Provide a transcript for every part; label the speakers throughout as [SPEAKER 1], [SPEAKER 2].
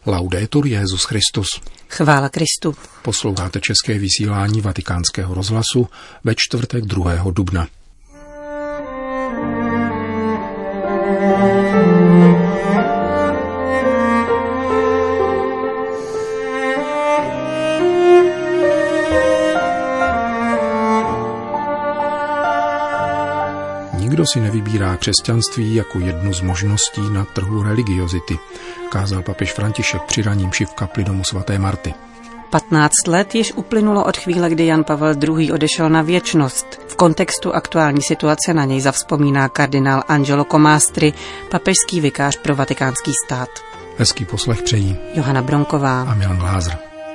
[SPEAKER 1] Laudetur Jesus Christus.
[SPEAKER 2] Chvála Kristu.
[SPEAKER 1] Posloucháte české vysílání Vatikánského rozhlasu ve čtvrtek 2. dubna. Nikdo si nevybírá křesťanství jako jednu z možností na trhu religiozity, kázal papež František při raní mši v kapli domu svaté Marty.
[SPEAKER 2] 15 let již uplynulo od chvíle, kdy Jan Pavel II. Odešel na věčnost. V kontextu aktuální situace na něj zavzpomíná kardinál Angelo Comastri, papežský vikář pro Vatikánský stát.
[SPEAKER 1] Hezký poslech přejí
[SPEAKER 2] Johana Bronková
[SPEAKER 1] a Milan Glázer.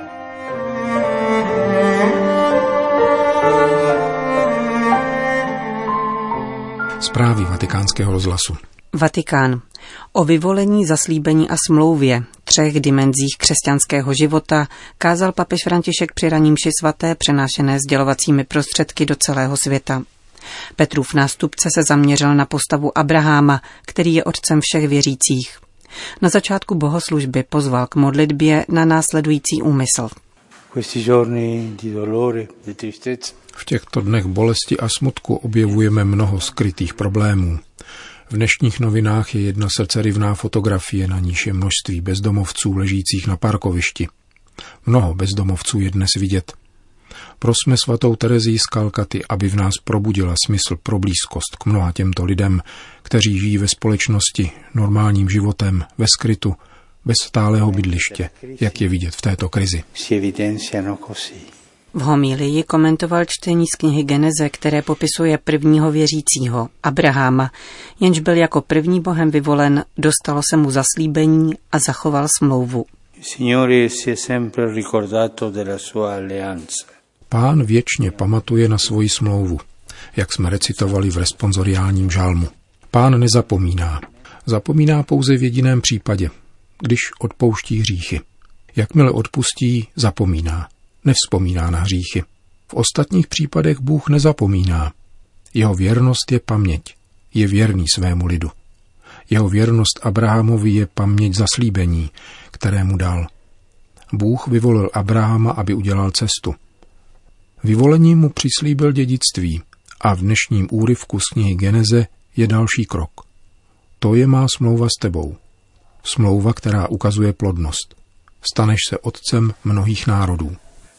[SPEAKER 1] Zprávy Vatikánského rozhlasu.
[SPEAKER 2] Vatikán. O vyvolení, zaslíbení a smlouvě, 3 dimenzích křesťanského života, kázal papež František při raní mši svaté, přenášené sdělovacími prostředky do celého světa. Petrův nástupce se zaměřil na postavu Abraháma, který je otcem všech věřících. Na začátku bohoslužby pozval k modlitbě na následující úmysl.
[SPEAKER 1] V těchto dnech bolesti a smutku objevujeme mnoho skrytých problémů. V dnešních novinách je jedna srdcerivná fotografie, na níž je množství bezdomovců ležících na parkovišti. Mnoho bezdomovců je dnes vidět. Prosme svatou Terezii z Kalkaty, aby v nás probudila smysl pro blízkost k mnoha těmto lidem, kteří žijí ve společnosti, normálním životem, ve skrytu, bez stálého bydliště, jak je vidět v této krizi.
[SPEAKER 2] V homílii komentoval čtení z knihy Geneze, které popisuje prvního věřícího, Abraháma, jenž byl jako první Bohem vyvolen, dostalo se mu zaslíbení a zachoval smlouvu.
[SPEAKER 1] Pán věčně pamatuje na svoji smlouvu, jak jsme recitovali v responsoriálním žalmu. Pán nezapomíná. Zapomíná pouze v jediném případě, když odpouští hříchy. Jakmile odpustí, zapomíná. Nevzpomíná na hříchy. V ostatních případech Bůh nezapomíná. Jeho věrnost je paměť. Je věrný svému lidu. Jeho věrnost Abrahamovi je paměť zaslíbení, které mu dal. Bůh vyvolil Abrahama, aby udělal cestu. Vyvolením mu přislíbil dědictví a v dnešním úryvku z knihy Geneze je další krok. To je má smlouva s tebou. Smlouva, která ukazuje plodnost. Staneš se otcem mnohých národů.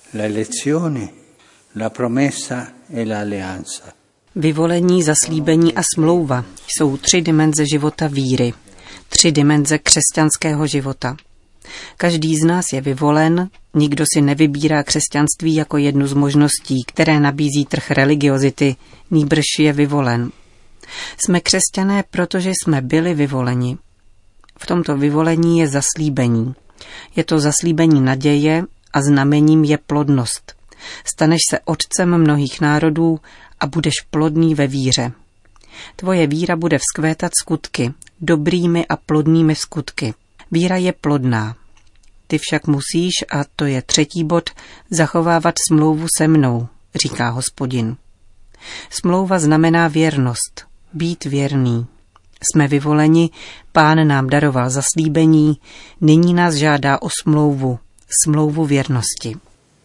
[SPEAKER 2] Vyvolení, zaslíbení a smlouva jsou 3 dimenze života víry, 3 dimenze křesťanského života. Každý z nás je vyvolen, nikdo si nevybírá křesťanství jako jednu z možností, které nabízí trh religiozity, nýbrž je vyvolen. Jsme křesťané, protože jsme byli vyvoleni. V tomto vyvolení je zaslíbení. Je to zaslíbení naděje a znamením je plodnost. Staneš se otcem mnohých národů a budeš plodný ve víře. Tvoje víra bude vzkvétat skutky, dobrými a plodnými skutky. Víra je plodná. Ty však musíš, a to je 3. bod, zachovávat smlouvu se mnou, říká Hospodin. Smlouva znamená věrnost, být věrný. Jsme vyvoleni, Pán nám daroval zaslíbení, nyní nás žádá o smlouvu věrnosti.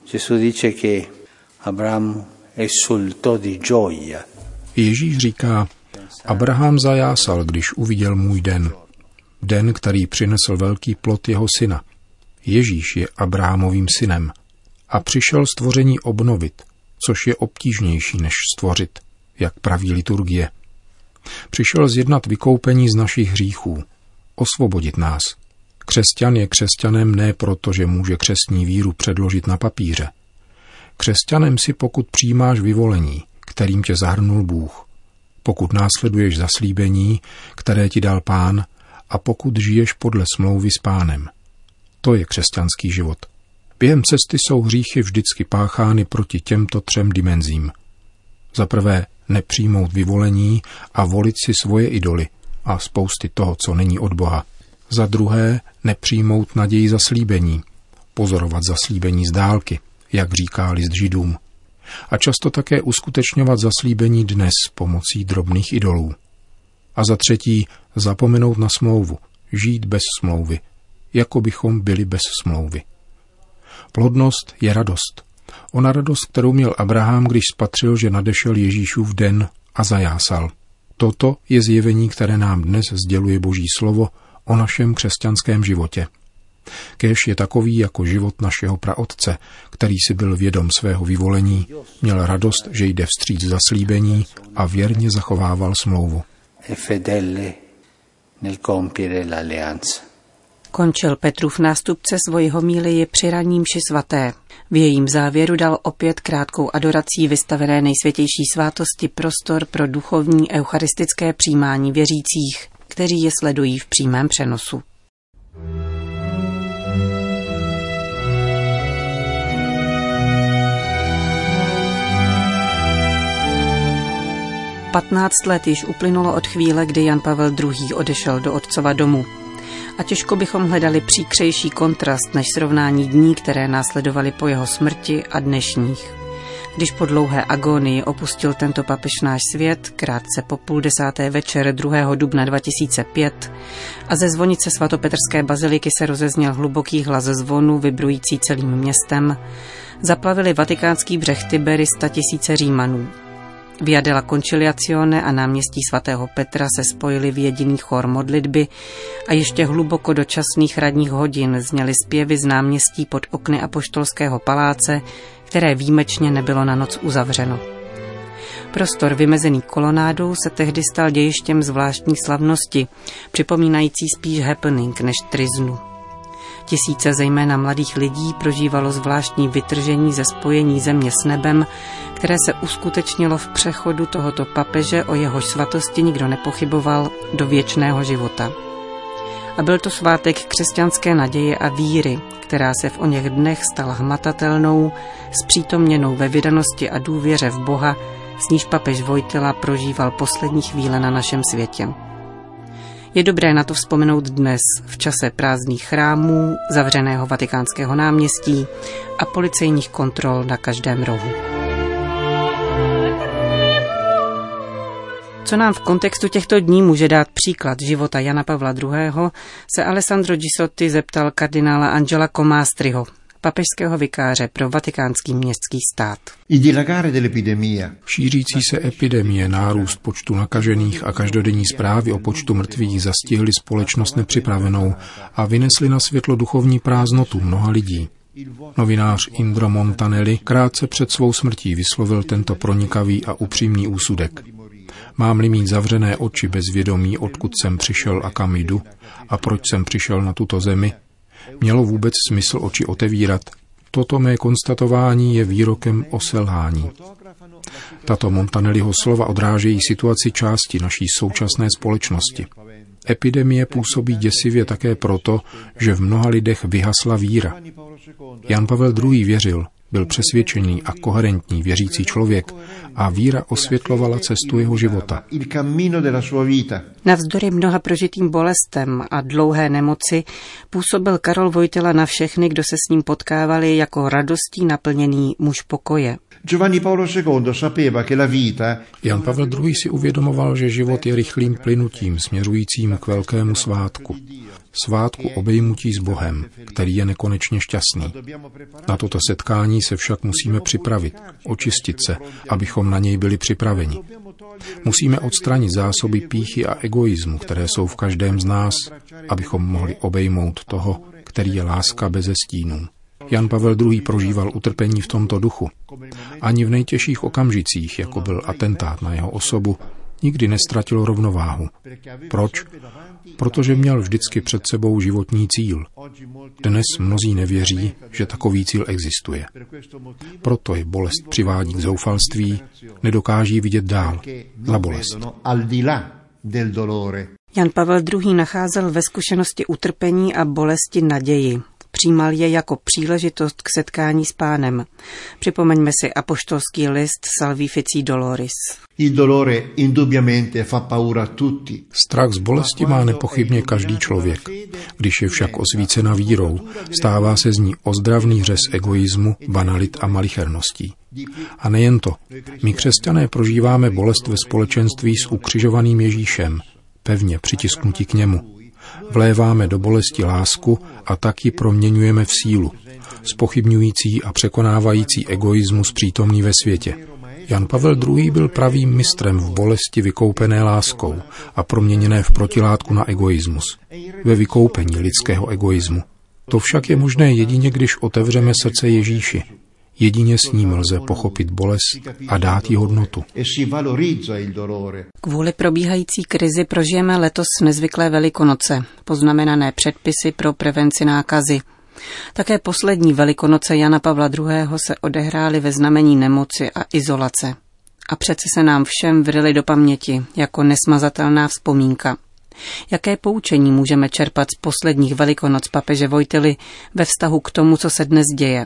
[SPEAKER 1] Ježíš říká, Abraham zajásal, když uviděl můj den. Den, který přinesl velký plod jeho syna. Ježíš je Abrahamovým synem a přišel stvoření obnovit, což je obtížnější než stvořit, jak praví liturgie. Přišel zjednat vykoupení z našich hříchů, osvobodit nás. Křesťan je křesťanem ne proto, že může křestní víru předložit na papíře. Křesťanem si, pokud přijímáš vyvolení, kterým tě zahrnul Bůh, pokud následuješ zaslíbení, které ti dal Pán, a pokud žiješ podle smlouvy s Pánem. To je křesťanský život. Během cesty jsou hříchy vždycky páchány proti těmto 3 dimenzím. Za prvé nepřijmout vyvolení a volit si svoje idoly a spousty toho, co není od Boha. Za druhé nepřijmout naději zaslíbení, pozorovat zaslíbení z dálky, jak říká list Židům. A často také uskutečňovat zaslíbení dnes pomocí drobných idolů. A za třetí zapomenout na smlouvu, žít bez smlouvy, jako bychom byli bez smlouvy. Plodnost je radost. Ona radost, kterou měl Abraham, když spatřil, že nadešel Ježíšův den a zajásal. Toto je zjevení, které nám dnes sděluje Boží slovo o našem křesťanském životě. Kéž je takový jako život našeho praotce, který si byl vědom svého vyvolení, měl radost, že jde vstříc zaslíbení a věrně zachovával smlouvu.
[SPEAKER 2] Končil Petrův nástupce svoji homílii při ranní mši svaté. V jejím závěru dal opět krátkou adorací vystavené nejsvětější svátosti prostor pro duchovní eucharistické přijímání věřících, kteří je sledují v přímém přenosu. Patnáct let již uplynulo od chvíle, kdy Jan Pavel II. Odešel do otcova domu. A těžko bychom hledali příkřejší kontrast než srovnání dní, které následovaly po jeho smrti a dnešních. Když po dlouhé agonii opustil tento papež náš svět, krátce po 22:30 večer 2. dubna 2005 a ze zvonice svatopetrské baziliky se rozezněl hluboký hlas zvonu, vibrující celým městem, zaplavili vatikánský břeh Tibery 100 000 Římanů. Via della Conciliazione a náměstí svatého Petra se spojili v jediný chór modlitby a ještě hluboko do časných ranních hodin zněly zpěvy z náměstí pod okny apoštolského paláce, které výjimečně nebylo na noc uzavřeno. Prostor vymezený kolonádou se tehdy stal dějištěm zvláštní slavnosti, připomínající spíš happening než tryznu. Tisíce zejména mladých lidí prožívalo zvláštní vytržení ze spojení země s nebem, které se uskutečnilo v přechodu tohoto papeže, o jehož svatosti nikdo nepochyboval, do věčného života. A byl to svátek křesťanské naděje a víry, která se v oněch dnech stala hmatatelnou, zpřítomněnou ve vydanosti a důvěře v Boha, s níž papež Wojtyla prožíval poslední chvíle na našem světě. Je dobré na to vzpomenout dnes, v čase prázdných chrámů, zavřeného Vatikánského náměstí a policejních kontrol na každém rohu. Co nám v kontextu těchto dní může dát příklad života Jana Pavla II., se Alessandro Gisotti zeptal kardinála Angela Comastriho, papežského vikáře pro vatikánský městský stát.
[SPEAKER 1] Šířící se epidemie, nárůst počtu nakažených a každodenní zprávy o počtu mrtvých zastihly společnost nepřipravenou a vynesly na světlo duchovní prázdnotu mnoha lidí. Novinář Indro Montanelli krátce před svou smrtí vyslovil tento pronikavý a upřímný úsudek. Mám-li mít zavřené oči bez vědomí, odkud jsem přišel a kam jdu a proč jsem přišel na tuto zemi, mělo vůbec smysl oči otevírat? Toto mé konstatování je výrokem o selhání. Tato Montanelliho slova odrážejí situaci části naší současné společnosti. Epidemie působí děsivě také proto, že v mnoha lidech vyhasla víra. Jan Pavel II. Věřil, byl přesvědčený a koherentní věřící člověk a víra osvětlovala cestu jeho života.
[SPEAKER 2] Navzdory mnoha prožitým bolestem a dlouhé nemoci působil Karol Wojtyla na všechny, kdo se s ním potkávali, jako radostí naplněný muž pokoje.
[SPEAKER 1] Jan Pavel II. Si uvědomoval, že život je rychlým plynutím směřujícím k velkému svátku. Svátku obejmutí s Bohem, který je nekonečně šťastný. Na toto setkání se však musíme připravit, očistit se, abychom na něj byli připraveni. Musíme odstranit zásoby pýchy a egoismu, které jsou v každém z nás, abychom mohli obejmout toho, který je láska beze stínů. Jan Pavel II. Prožíval utrpení v tomto duchu. Ani v nejtěžších okamžicích, jako byl atentát na jeho osobu, nikdy nestratil rovnováhu. Proč? Protože měl vždycky před sebou životní cíl. Dnes mnozí nevěří, že takový cíl existuje. Proto je bolest přivádí k zoufalství, nedokáží vidět dál, za bolest.
[SPEAKER 2] Jan Pavel II. Nacházel ve zkušenosti utrpení a bolesti naději. Přijímal je jako příležitost k setkání s Pánem. Připomeňme si apoštolský list Salvifici Doloris.
[SPEAKER 1] Strach z bolesti má nepochybně každý člověk. Když je však osvícena vírou, stává se z ní ozdravný řez egoismu, banalit a malicherností. A nejen to. My křesťané prožíváme bolest ve společenství s ukřižovaným Ježíšem, pevně přitisknutí k němu. vléváme do bolesti lásku a tak ji proměňujeme v sílu, zpochybňující a překonávající egoismus přítomný ve světě. Jan Pavel II. Byl pravým mistrem v bolesti vykoupené láskou a proměněné v protilátku na egoismus, ve vykoupení lidského egoismu. To však je možné jedině, když otevřeme srdce Ježíši. Jedině s ním lze pochopit bolest a dát jí hodnotu.
[SPEAKER 2] Kvůli probíhající krizi prožijeme letos nezvyklé Velikonoce, poznamenané předpisy pro prevenci nákazy. Také poslední Velikonoce Jana Pavla II. Se odehrály ve znamení nemoci a izolace. A přece se nám všem vryly do paměti jako nesmazatelná vzpomínka. Jaké poučení můžeme čerpat z posledních Velikonoc papeže Wojtyly ve vztahu k tomu, co se dnes děje?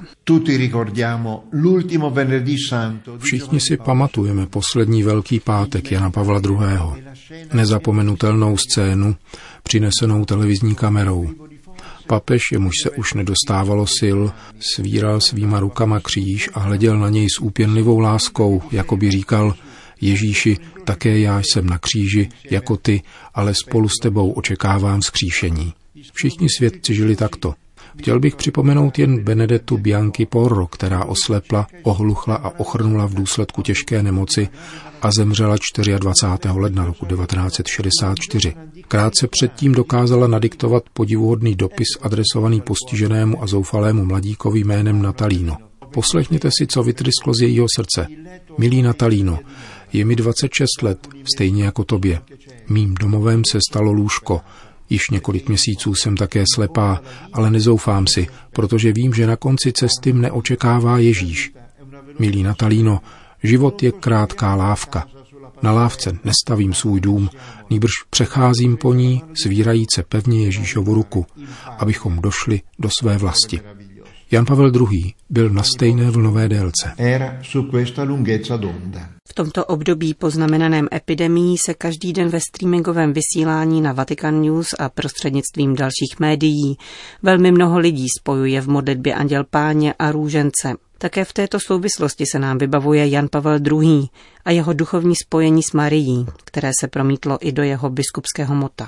[SPEAKER 1] Všichni si pamatujeme poslední Velký pátek Jana Pavla II. Nezapomenutelnou scénu, přinesenou televizní kamerou. Papež, jemuž se už nedostávalo sil, svíral svýma rukama kříž a hleděl na něj s úpěnlivou láskou, jako by říkal: Ježíši, také já jsem na kříži, jako ty, ale spolu s tebou očekávám vzkříšení. Všichni svědci žili takto. Chtěl bych připomenout jen Benedettu Bianchi Porro, která oslepla, ohluchla a ochrnula v důsledku těžké nemoci a zemřela 24. ledna roku 1964. Krátce předtím dokázala nadiktovat podivuhodný dopis adresovaný postiženému a zoufalému mladíkovi jménem Natalino. Poslechněte si, co vytrysklo z jejího srdce. Milý Natalino, je mi 26 let, stejně jako tobě. Mým domovem se stalo lůžko. Již několik měsíců jsem také slepá, ale nezoufám si, protože vím, že na konci cesty mne očekává Ježíš. Milý Natalino, život je krátká lávka. Na lávce nestavím svůj dům, nýbrž přecházím po ní, svírajíce pevně Ježíšovu ruku, abychom došli do své vlasti. Jan Pavel II. Byl na stejné vlnové délce.
[SPEAKER 2] V tomto období poznamenaném epidemií se každý den ve streamingovém vysílání na Vatican News a prostřednictvím dalších médií velmi mnoho lidí spojuje v modlitbě Anděl Páně a růžence. Také v této souvislosti se nám vybavuje Jan Pavel II. A jeho duchovní spojení s Marií, které se promítlo i do jeho biskupského mota.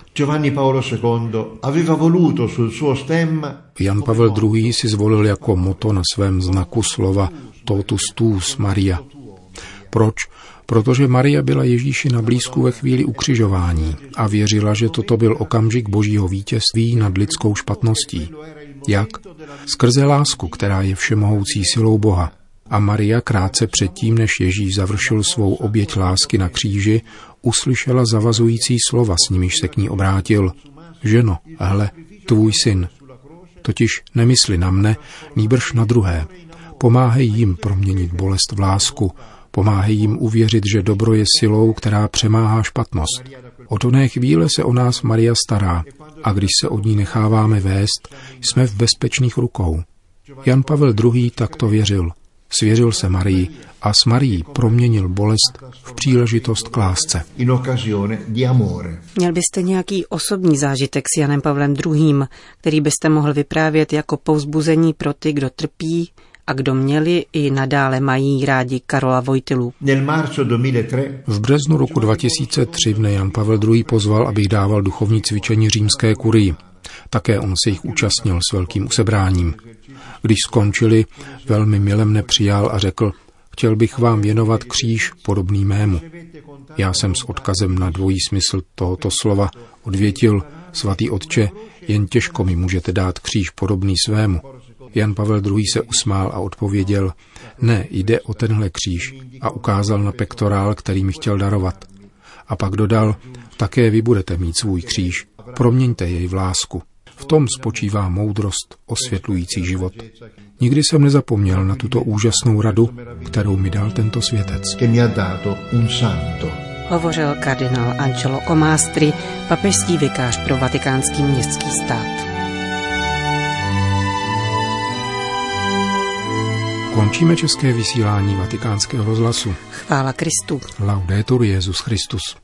[SPEAKER 1] Jan Pavel II. Si zvolil jako moto na svém znaku slova Totus tuus Maria. Proč? Protože Maria byla Ježíši na blízku ve chvíli ukřižování a věřila, že toto byl okamžik božího vítězství nad lidskou špatností. Jak? Skrze lásku, která je všemohoucí silou Boha. A Maria krátce předtím, než Ježíš završil svou oběť lásky na kříži, uslyšela zavazující slova, s nimiž se k ní obrátil. Ženo, hle, tvůj syn. Totiž nemysli na mne, nýbrž na druhé. Pomáhej jim proměnit bolest v lásku. Pomáhej jim uvěřit, že dobro je silou, která přemáhá špatnost. Od oné chvíle se o nás Maria stará a když se od ní necháváme vést, jsme v bezpečných rukou. Jan Pavel II. Takto věřil. Svěřil se Marii a s Marií proměnil bolest v příležitost k lásce.
[SPEAKER 2] Měl byste nějaký osobní zážitek s Janem Pavlem II., který byste mohl vyprávět jako povzbuzení pro ty, kdo trpí a kdo měli i nadále mají rádi Karola Wojtylu.
[SPEAKER 1] V březnu roku 2003 mne Jan Pavel II. Pozval, abych dával duchovní cvičení římské kurii. Také on se jich účastnil s velkým usebráním. Když skončili, velmi mile mne přijal a řekl: chtěl bych vám věnovat kříž podobný mému. Já jsem s odkazem na dvojí smysl tohoto slova odvětil: svatý otče, jen těžko mi můžete dát kříž podobný svému. Jan Pavel II. Se usmál a odpověděl: ne, jde o tenhle kříž, a ukázal na pektorál, který mi chtěl darovat. A pak dodal: také vy budete mít svůj kříž, proměňte jej v lásku. V tom spočívá moudrost osvětlující život. Nikdy jsem nezapomněl na tuto úžasnou radu, kterou mi dal tento světec.
[SPEAKER 2] Hovořil kardinál Angelo Comastri, papežský vikář pro vatikánský městský stát.
[SPEAKER 1] Končíme české vysílání Vatikánského rozhlasu.
[SPEAKER 2] Chvála Kristu.
[SPEAKER 1] Laudetur Jesus Christus.